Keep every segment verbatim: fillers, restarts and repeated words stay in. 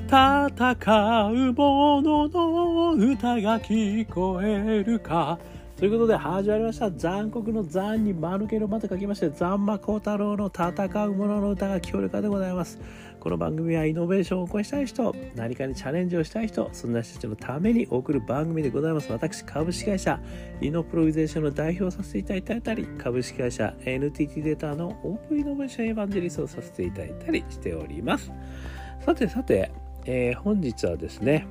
戦う者の歌が聞こえるか。ということで始まりました。残酷の残に間抜けの間と書きまして、残魔高太郎の戦う者の歌が聞こえるかでございます。この番組はイノベーションを起こしたい人、何かにチャレンジをしたい人、そんな人たちのために送る番組でございます。私、株式会社イノプロビゼーションの代表をさせていただいたり、株式会社 エヌティーティー データのオープンイノベーションエヴァンジェリストをさせていただいたりしております。さてさて、えー、本日はですね、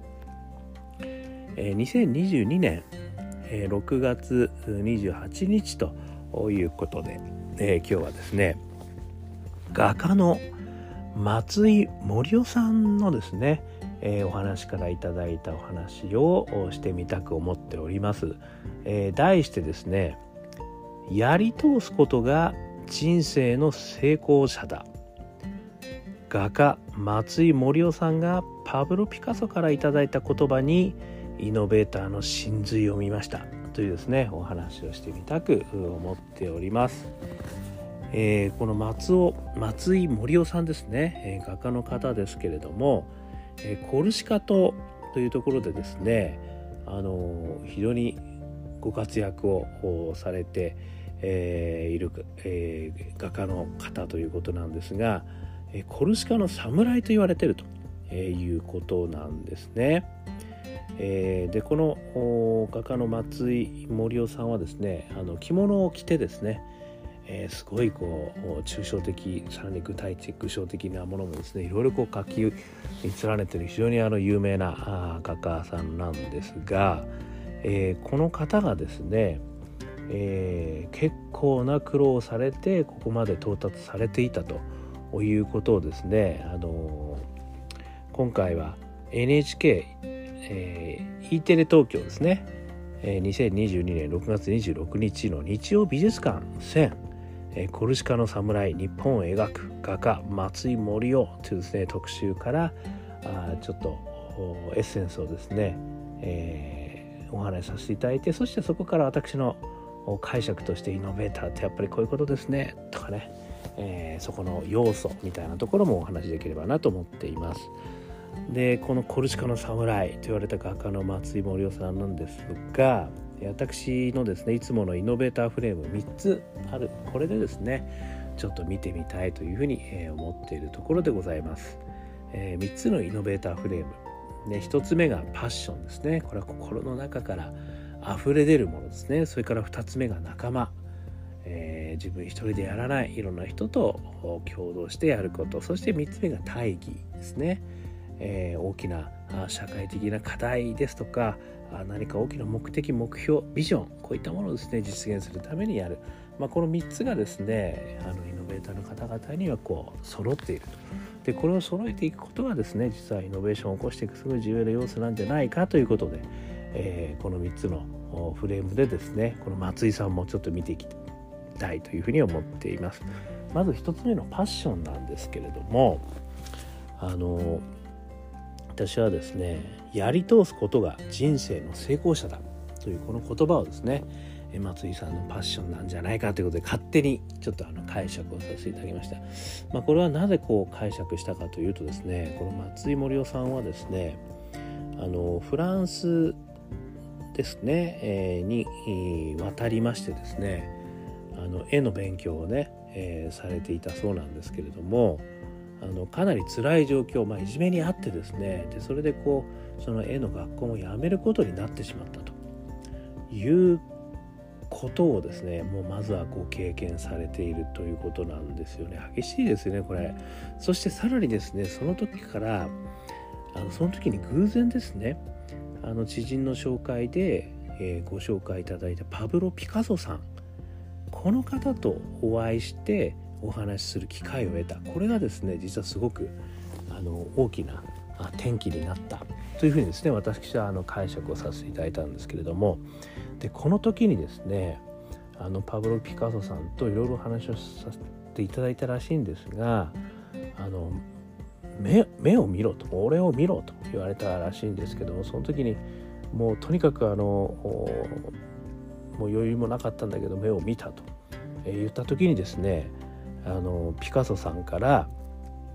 えー、にせんにじゅうにねんえー、ろくがつにじゅうはちにちということで、えー、今日はですね、画家の松井森夫さんのですね、えー、お話からいただいたお話をしてみたく思っております。えー、題してですね、やり通すことが人生の成功者だ。画家松井森夫さんがパブロ・ピカソからいただいた言葉にイノベーターの真髄を見ましたというですね、お話をしてみたく思っております。えー、この松尾松井森夫さんですね、えー、画家の方ですけれども、えー、コルシカ島というところでですね、あのー、非常にご活躍をされて、えー、いる、えー、画家の方ということなんですが、えー、コルシカの侍と言われているということなんですね。えー、でこの画家の松井森夫さんはですね、あの着物を着てですね、えー、すごいこう抽象的、さらに具体的象的なものもですね、いろいろこう書き連ねている非常にあの有名な画家さんなんですが、えー、この方がですね、えー、結構な苦労をされてここまで到達されていたということをですね、あのー、今回は エヌエイチケーえー、E テレ東京ですね、えー、にせんにじゅうにねんろくがつにじゅうろくにちの日曜美術館せん、えー、コルシカの侍日本を描く画家松井森夫というですね特集からあちょっとエッセンスをですね、えー、お話しさせていただいて、そしてそこから私の解釈としてイノベーターってやっぱりこういうことですねとかね、えー、そこの要素みたいなところもお話しできればなと思っています。でこのコルシカの侍と言われた画家の松井森夫さんなんですが、私のですねいつものイノベーターフレームみっつある、これでですねちょっと見てみたいというふうに思っているところでございます。えー、みっつのイノベーターフレーム、ね、ひとつめがパッションですね。これは心の中から溢れ出るものですね。それからふたつめが仲間、えー、自分一人でやらない、いろんな人と共同してやること。そしてみっつめが大義ですね。えー、大きな社会的な課題ですとか、何か大きな目的、目標、ビジョン、こういったものをですね実現するためにやる、まあ、このみっつがですね、あのイノベーターの方々にはこう揃っていると。でこれを揃えていくことがですね、実はイノベーションを起こしていくすごい重要な要素なんじゃないかということで、えー、このみっつのフレームでですね、この松井さんもちょっと見ていきたいというふうに思っています。まずひとつめのパッションなんですけれども、あの私はですね、やり通すことが人生の成功者だというこの言葉をですね、松井さんのパッションなんじゃないかということで勝手にちょっとあの解釈をさせていただきました。まあ、これはなぜこう解釈したかというとですね、この松井森夫さんはですね、あのフランスですね、えー、に渡りましてですね、あの絵の勉強をね、えー、されていたそうなんですけれども、あのかなり辛い状況、まあ、いじめにあってですね、でそれでこうその絵の学校も辞めることになってしまったということをですね、もうまずはご経験されているということなんですよね。激しいですよねこれ。そしてさらにですね、その時からあのその時に偶然ですね、あの知人の紹介で、えー、ご紹介いただいたパブロ・ピカソさん、この方とお会いしてお話しする機会を得た。これがですね、実はすごくあの大きな転機になったというふうにですね、私はあの解釈をさせていただいたんですけれども、でこの時にですね、あのパブロ・ピカソさんといろいろ話をさせていただいたらしいんですが、あの 目, 目を見ろと、俺を見ろと言われたらしいんですけども、その時にもうとにかくあのもう余裕もなかったんだけど目を見たと言った時にですね、あのピカソさんから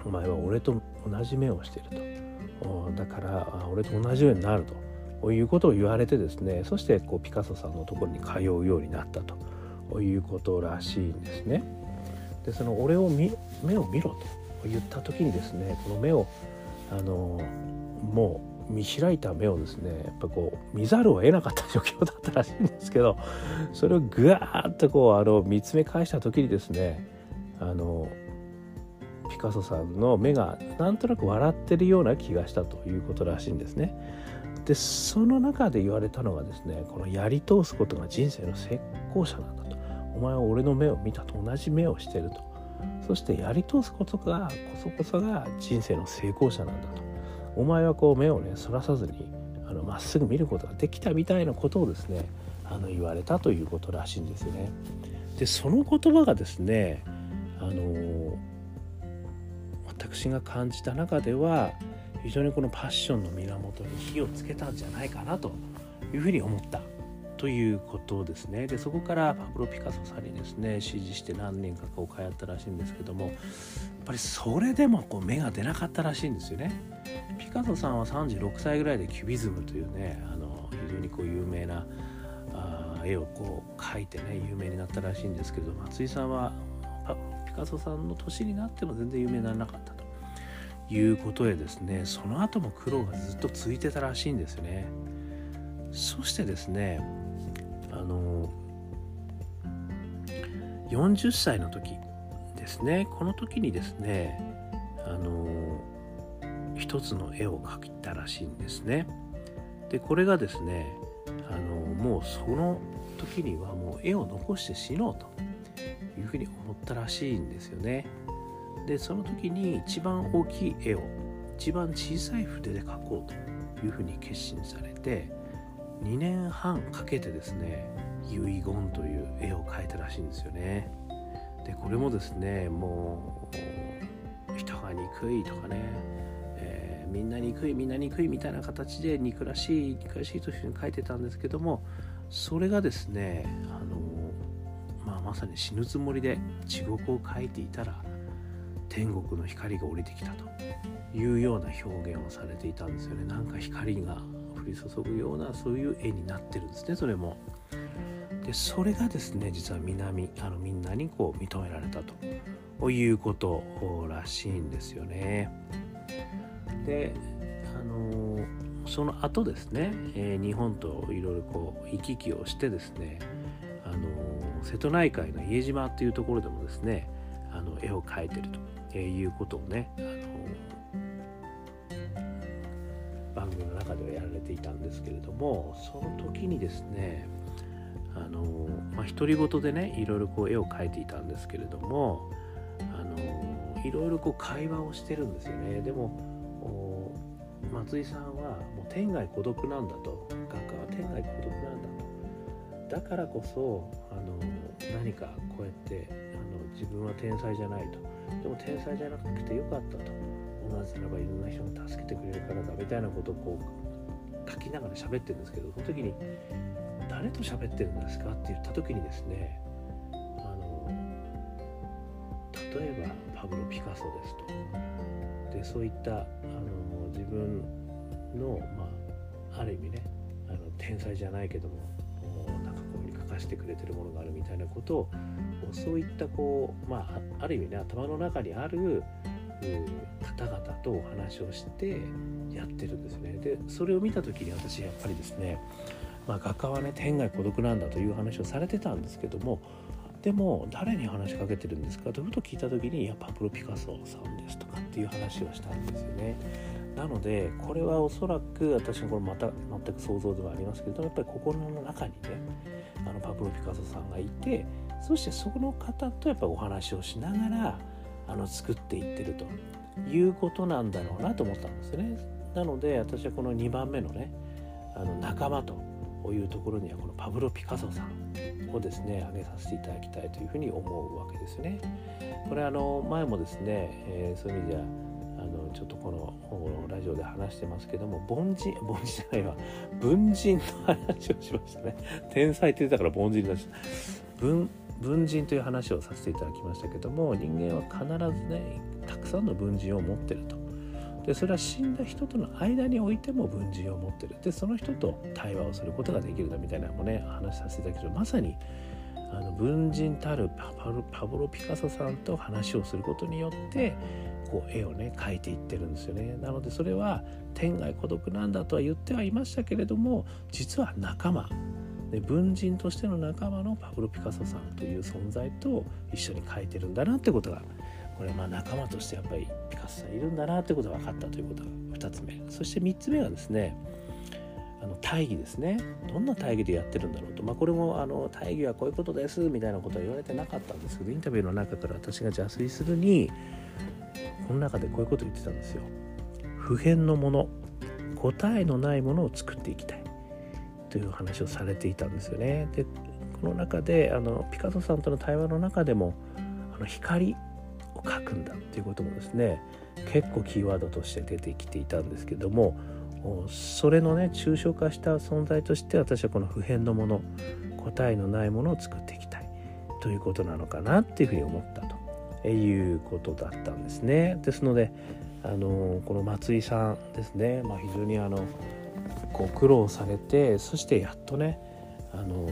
お前は俺と同じ目をしていると、だから俺と同じようになるということを言われてですね、そしてこうピカソさんのところに通うようになったということらしいんですね。でその俺を見目を見ろと言った時にですね、この目をあのもう見開いた目をですね、やっぱこう見ざるを得なかった状況だったらしいんですけど、それをぐわーっとこうあの見つめ返した時にですね、あのピカソさんの目がなんとなく笑ってるような気がしたということらしいんですね。でその中で言われたのがですね、このやり通すことが人生の成功者なんだと、お前は俺の目を見たと同じ目をしていると、そしてやり通すことがこそこそが人生の成功者なんだと、お前はこう目をねそらさずにあのまっすぐ見ることができたみたいなことをですね、あの言われたということらしいんですよね。でその言葉がですね、あの私が感じた中では非常にこのパッションの源に火をつけたんじゃないかなというふうに思ったということですね。でそこからパブロ・ピカソさんにですね指示して何年かこう通ったらしいんですけども、やっぱりそれでもこう芽が出なかったらしいんですよね。ピカソさんはさんじゅうろくさいぐらいでキュビズムというね、あの非常にこう有名なあ絵をこう描いてね有名になったらしいんですけど、松井さんはピカソさんの年になっても全然有名にならなかったということでですね、その後も苦労がずっと続いてたらしいんですよね。そしてですね、あのよんじゅっさいの時ですね、この時にですね、あの一つの絵を描いたらしいんですね。でこれがですね、あのもうその時にはもう絵を残して死のうというふうに思ったらしいんですよね。でその時に一番大きい絵を一番小さい筆で描こうというふうに決心されて、にねんはんかけてですね遺言という絵を描いたらしいんですよね。でこれもですね、もう人が憎いとかね、えー、みんな憎いみんな憎いみたいな形で憎らしい憎らしいというふうに描いてたんですけども、それがですね、あの、まあ、まさに死ぬつもりで地獄を描いていたら天国の光が降りてきたというような表現をされていたんですよね。なんか光が降り注ぐようなそういう絵になってるんですね、それも。でそれがですね、実は南あのみんなにこう認められたということらしいんですよね。であのその後ですね、えー、日本といろいろこう行き来をしてですね、あの瀬戸内海の伊江島というところでもですね、あの絵を描いてるということをね、あの番組の中ではやられていたんですけれども、その時にですね、あのまあ独り言でねいろいろこう絵を描いていたんですけれども、あのいろいろこう会話をしてるんですよね。でも松井さんはもう天外孤独なんだと、画家は天外孤独なんだと、だからこそあの何かこうやってあの自分は天才じゃないと、でも天才じゃなくてよかったと、なぜならばいろんな人が助けてくれるからだみたいなことをこう書きながら喋ってるんですけど、その時に誰と喋ってるんですかって言った時にですね、あの例えばパブロ・ピカソですと。でそういったあの自分の、まあ、ある意味ねあの天才じゃないけどもなんかこういうふうに書かせてくれてるものがあるみたいなことを、そういったこう、まあ、ある意味ね頭の中にある方々とお話をしてやってるんですね。でそれを見た時に私やっぱりですね、まあ、画家はね天外孤独なんだという話をされてたんですけども、でも誰に話しかけてるんですかということを聞いた時に、いやパブロ・ピカソさんですとかっていう話をしたんですよね。なのでこれはおそらく私のこれまた全く想像ではありますけど、やっぱり心の中にねあのパブロ・ピカソさんがいて、そしてその方とやっぱりお話をしながらあの作っていってるということなんだろうなと思ったんですよね。なので私はこのにばんめのねあの仲間というところにはこのパブロ・ピカソさんをですね挙げさせていただきたいというふうに思うわけですね。これあの前もですね、えー、そういう意味ではあのちょっとこのラジオで話してますけども、凡人凡人じゃないわ文人の話をしましたね。天才って言ったから凡人になっちゃった。 文文人という話をさせていただきましたけども、人間は必ずねたくさんの文人を持ってると。でそれは死んだ人との間においても文人を持ってる。でその人と対話をすることができるんだみたいなのもね話させていただくけど、まさにあの文人たるパブロ、パブロピカソさんと話をすることによってこう絵をね描いていってるんですよね。なのでそれは天涯孤独なんだとは言ってはいましたけれども、実は仲間で文人としての仲間のパブロ・ピカソさんという存在と一緒に描いてるんだなってことが、これまあ仲間としてやっぱりピカソさんいるんだなってことが分かったということがふたつめ。そしてみっつめがですね、あの大義ですね。どんな大義でやってるんだろうと、まあ、これもあの大義はこういうことですみたいなことは言われてなかったんですけど、インタビューの中から私が邪推するにこの中でこういうことを言ってたんですよ。不変のもの、答えのないものを作っていきたいという話をされていたんですよね。でこの中であのピカソさんとの対話の中でもあの光を描くんだっていうこともですね結構キーワードとして出てきていたんですけども、それのね抽象化した存在として私はこの不変のもの、答えのないものを作っていきたいということなのかなっていうふうに思ったということだったんですね。ですのであのこの松井さんですね、まあ、非常にあのご苦労されて、そしてやっとねあの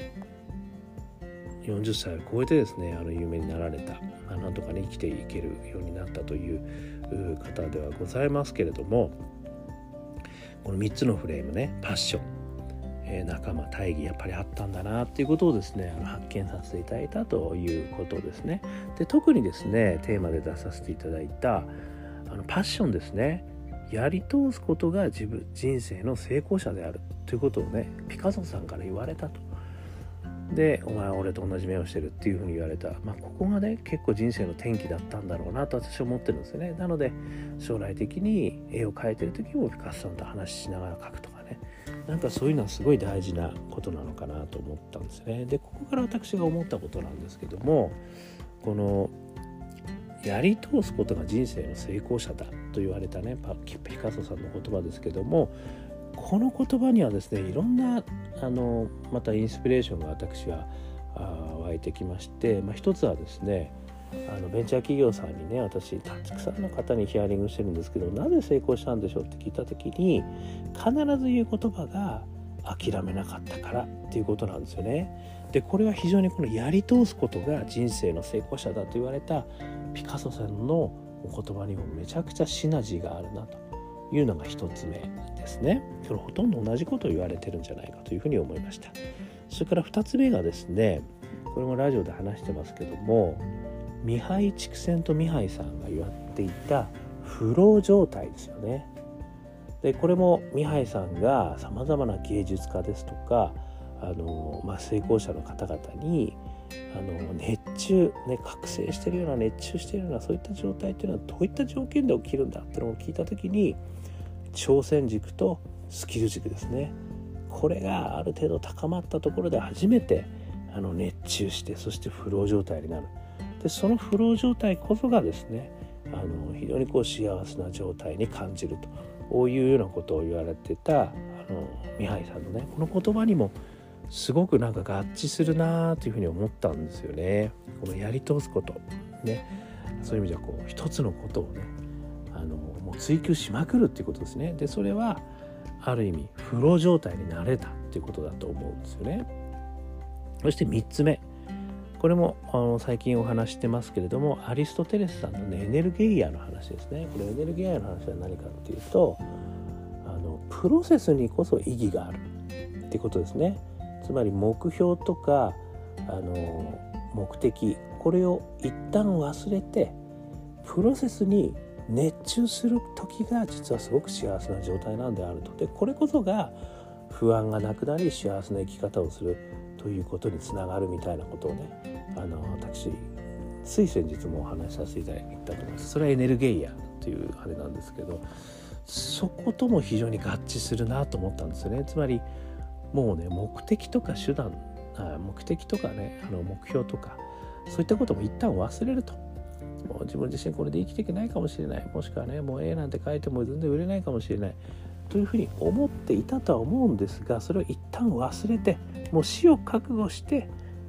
よんじゅっさいを超えてですねあの有名になられた、まあ、なんとかね生きていけるようになったという方ではございますけれども、このみっつのフレームね、パッション、えー、仲間、大義やっぱりあったんだなっていうことをですねあの発見させていただいたということですね。で特にですねテーマで出させていただいたあのパッションですね、やり通すことが自分人生の成功者であるということをねピカソさんから言われたと。でお前は俺と同じ目をしてるっていうふうに言われた、まあ、ここがね結構人生の転機だったんだろうなと私は思ってるんですよね。なので将来的に絵を描いてる時もピカソさんと話ししながら描くとかね、なんかそういうのはすごい大事なことなのかなと思ったんですね。でここから私が思ったことなんですけども、このやり通すことが人生の成功者だと言われたねピカソさんの言葉ですけども、この言葉にはですねいろんなあのまたインスピレーションが私はあ湧いてきまして、まあ、一つはですねあのベンチャー企業さんにね私たくさんの方にヒアリングしてるんですけど、なぜ成功したんでしょうって聞いた時に必ず言う言葉が諦めなかったからっていうことなんですよね。でこれは非常にこのやり通すことが人生の成功者だと言われたピカソさんのお言葉にもめちゃくちゃシナジーがあるなというのが一つ目ですね。それほとんど同じことを言われてるんじゃないかというふうに思いました。それから二つ目がですね、これもラジオで話してますけども、ミハイ・チクセント・ミハイさんが言っていたフロー状態ですよね。でこれもミハイさんがさまざまな芸術家ですとかあの、まあ、成功者の方々にあの熱中、ね、覚醒しているような熱中しているようなそういった状態っていうのはどういった条件で起きるんだっていうのを聞いたときに、挑戦軸とスキル軸ですね、これがある程度高まったところで初めてあの熱中して、そしてフロー状態になる。でそのフロー状態こそがですねあの非常にこう幸せな状態に感じるというようなことを言われてたあのミハイさんのねこの言葉にもすごくなんか合致するなというふうに思ったんですよね。このやり通すことね、そういう意味ではこう一つのことをねあのもう追求しまくるっていうことですね。でそれはある意味フロー状態になれたっていうことだと思うんですよね。そしてみっつめ、これもあの最近お話してますけれども、アリストテレスさんのねエネルゲイアの話ですね。これエネルゲイアの話は何かっていうと、あのプロセスにこそ意義があるっていうことですね。つまり目標とかあの目的、これを一旦忘れてプロセスに熱中する時が実はすごく幸せな状態なんであると。でこれこそが不安がなくなり幸せな生き方をするということにつながるみたいなことをね、あの私つい先日もお話しさせていただいたと思います。それはエネルゲイアというあれなんですけど、そことも非常に合致するなと思ったんですよね。つまりもうね目的とか手段あ目的とかねあの目標とかそういったことも一旦忘れると、もう自分自身これで生きていけないかもしれない、もしくはねもう絵なんて描いても全然売れないかもしれないというふうに思っていたとは思うんですが、それを一旦忘れてもう死を覚悟して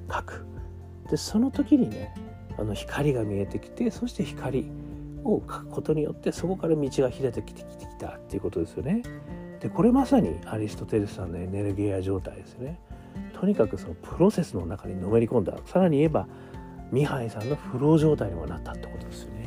描く。でその時にねあの光が見えてきて、そして光を描くことによってそこから道が開いてきてきたっていうことですよね。でこれまさにアリストテレスさんのエネルギー状態ですよね。とにかくそのプロセスの中にのめり込んだ、さらに言えばミハイさんのフロー状態にもなったってことですよね。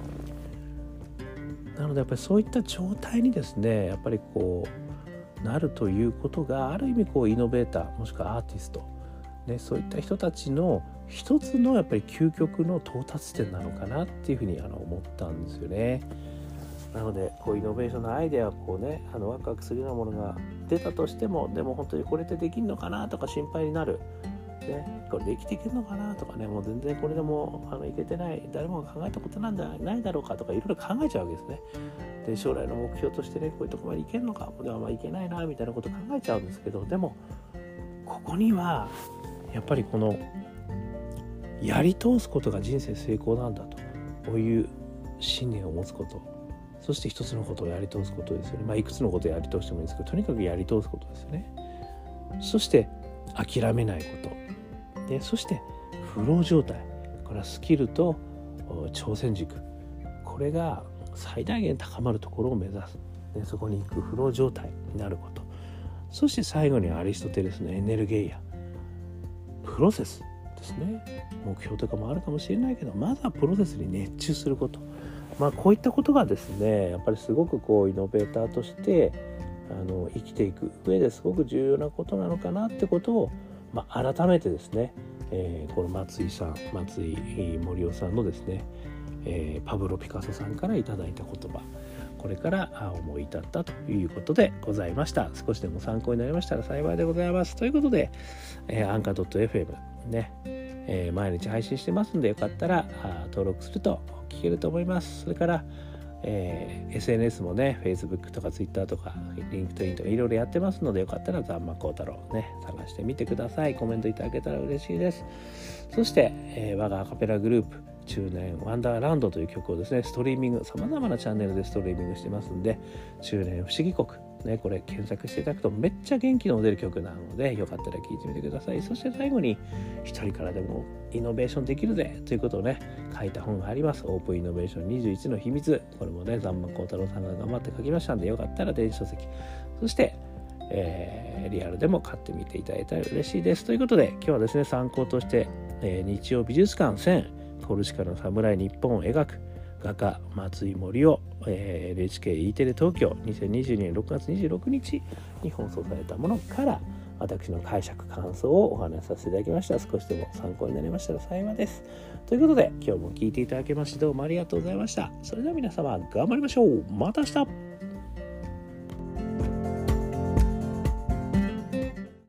なのでやっぱりそういった状態にですねやっぱりこうなるということがある意味こうイノベーターもしくはアーティスト、ね、そういった人たちの一つのやっぱり究極の到達点なのかなっていうふうにあの思ったんですよね。なのでこうイノベーションのアイデアをこうねあのワクワクするようなものが出たとしても、でも本当にこれってできるのかなとか心配になる、ね、これで生きていけるのかなとかね、もう全然これでもあのいけてない、誰もが考えたことなんじゃないだろうかとかいろいろ考えちゃうわけですね。で将来の目標としてねこういうところまでいけるのか、ではまあいけないなみたいなこと考えちゃうんですけど、でもここにはやっぱりこのやり通すことが人生成功なんだという信念を持つこと、そして一つのことをやり通すことですよね。まあいくつのことをやり通してもいいんですけど、とにかくやり通すことですよね。そして諦めないことで、そしてフロー状態、これはスキルと挑戦軸、これが最大限高まるところを目指す、でそこに行くフロー状態になること、そして最後にアリストテレスのエネルゲイア、プロセスですね。目標とかもあるかもしれないけど、まずはプロセスに熱中すること、まあこういったことがですねやっぱりすごくこうイノベーターとしてあの生きていく上ですごく重要なことなのかなってことを、まあ、改めてですね、えー、この松井さん松井森夫さんのですね、えー、パブロ・ピカソさんからいただいた言葉、これから思い至ったということでございました。少しでも参考になりましたら幸いでございます。ということで、えー、アンカー .fm ね、えー、毎日配信してますんで、よかったら登録すると聞けると思います。それから、えー、エスエヌエス もね Facebook とか Twitter とか LinkedIn とかいろいろやってますので、よかったらざんまこうたろうね探してみてください。コメントいただけたら嬉しいです。そして、えー、我がアカペラグループ中年ワンダーランドという曲をですねストリーミング、さまざまなチャンネルでストリーミングしてますんで、中年不思議国ね、これ検索していただくとめっちゃ元気の出る曲なので、よかったら聴いてみてください。そして最後に一人からでもイノベーションできるぜということをね書いた本があります。オープンイノベーションにじゅういちの秘密、これもねざんまこうたろうさんが頑張って書きましたんで、よかったら電子書籍、そして、えー、リアルでも買ってみていただいたら嬉しいです。ということで今日はですね参考として、えー、日曜美術館せんコルシカの侍日本を描く画家松井森夫、えー、エヌエイチケー E テレ東京にせんにじゅうにねんろくがつにじゅうろくにちに放送されたものから私の解釈感想をお話しさせていただきました。少しでも参考になりましたら幸いです。ということで今日も聞いていただきましてどうもありがとうございました。それでは皆様頑張りましょう。また明日。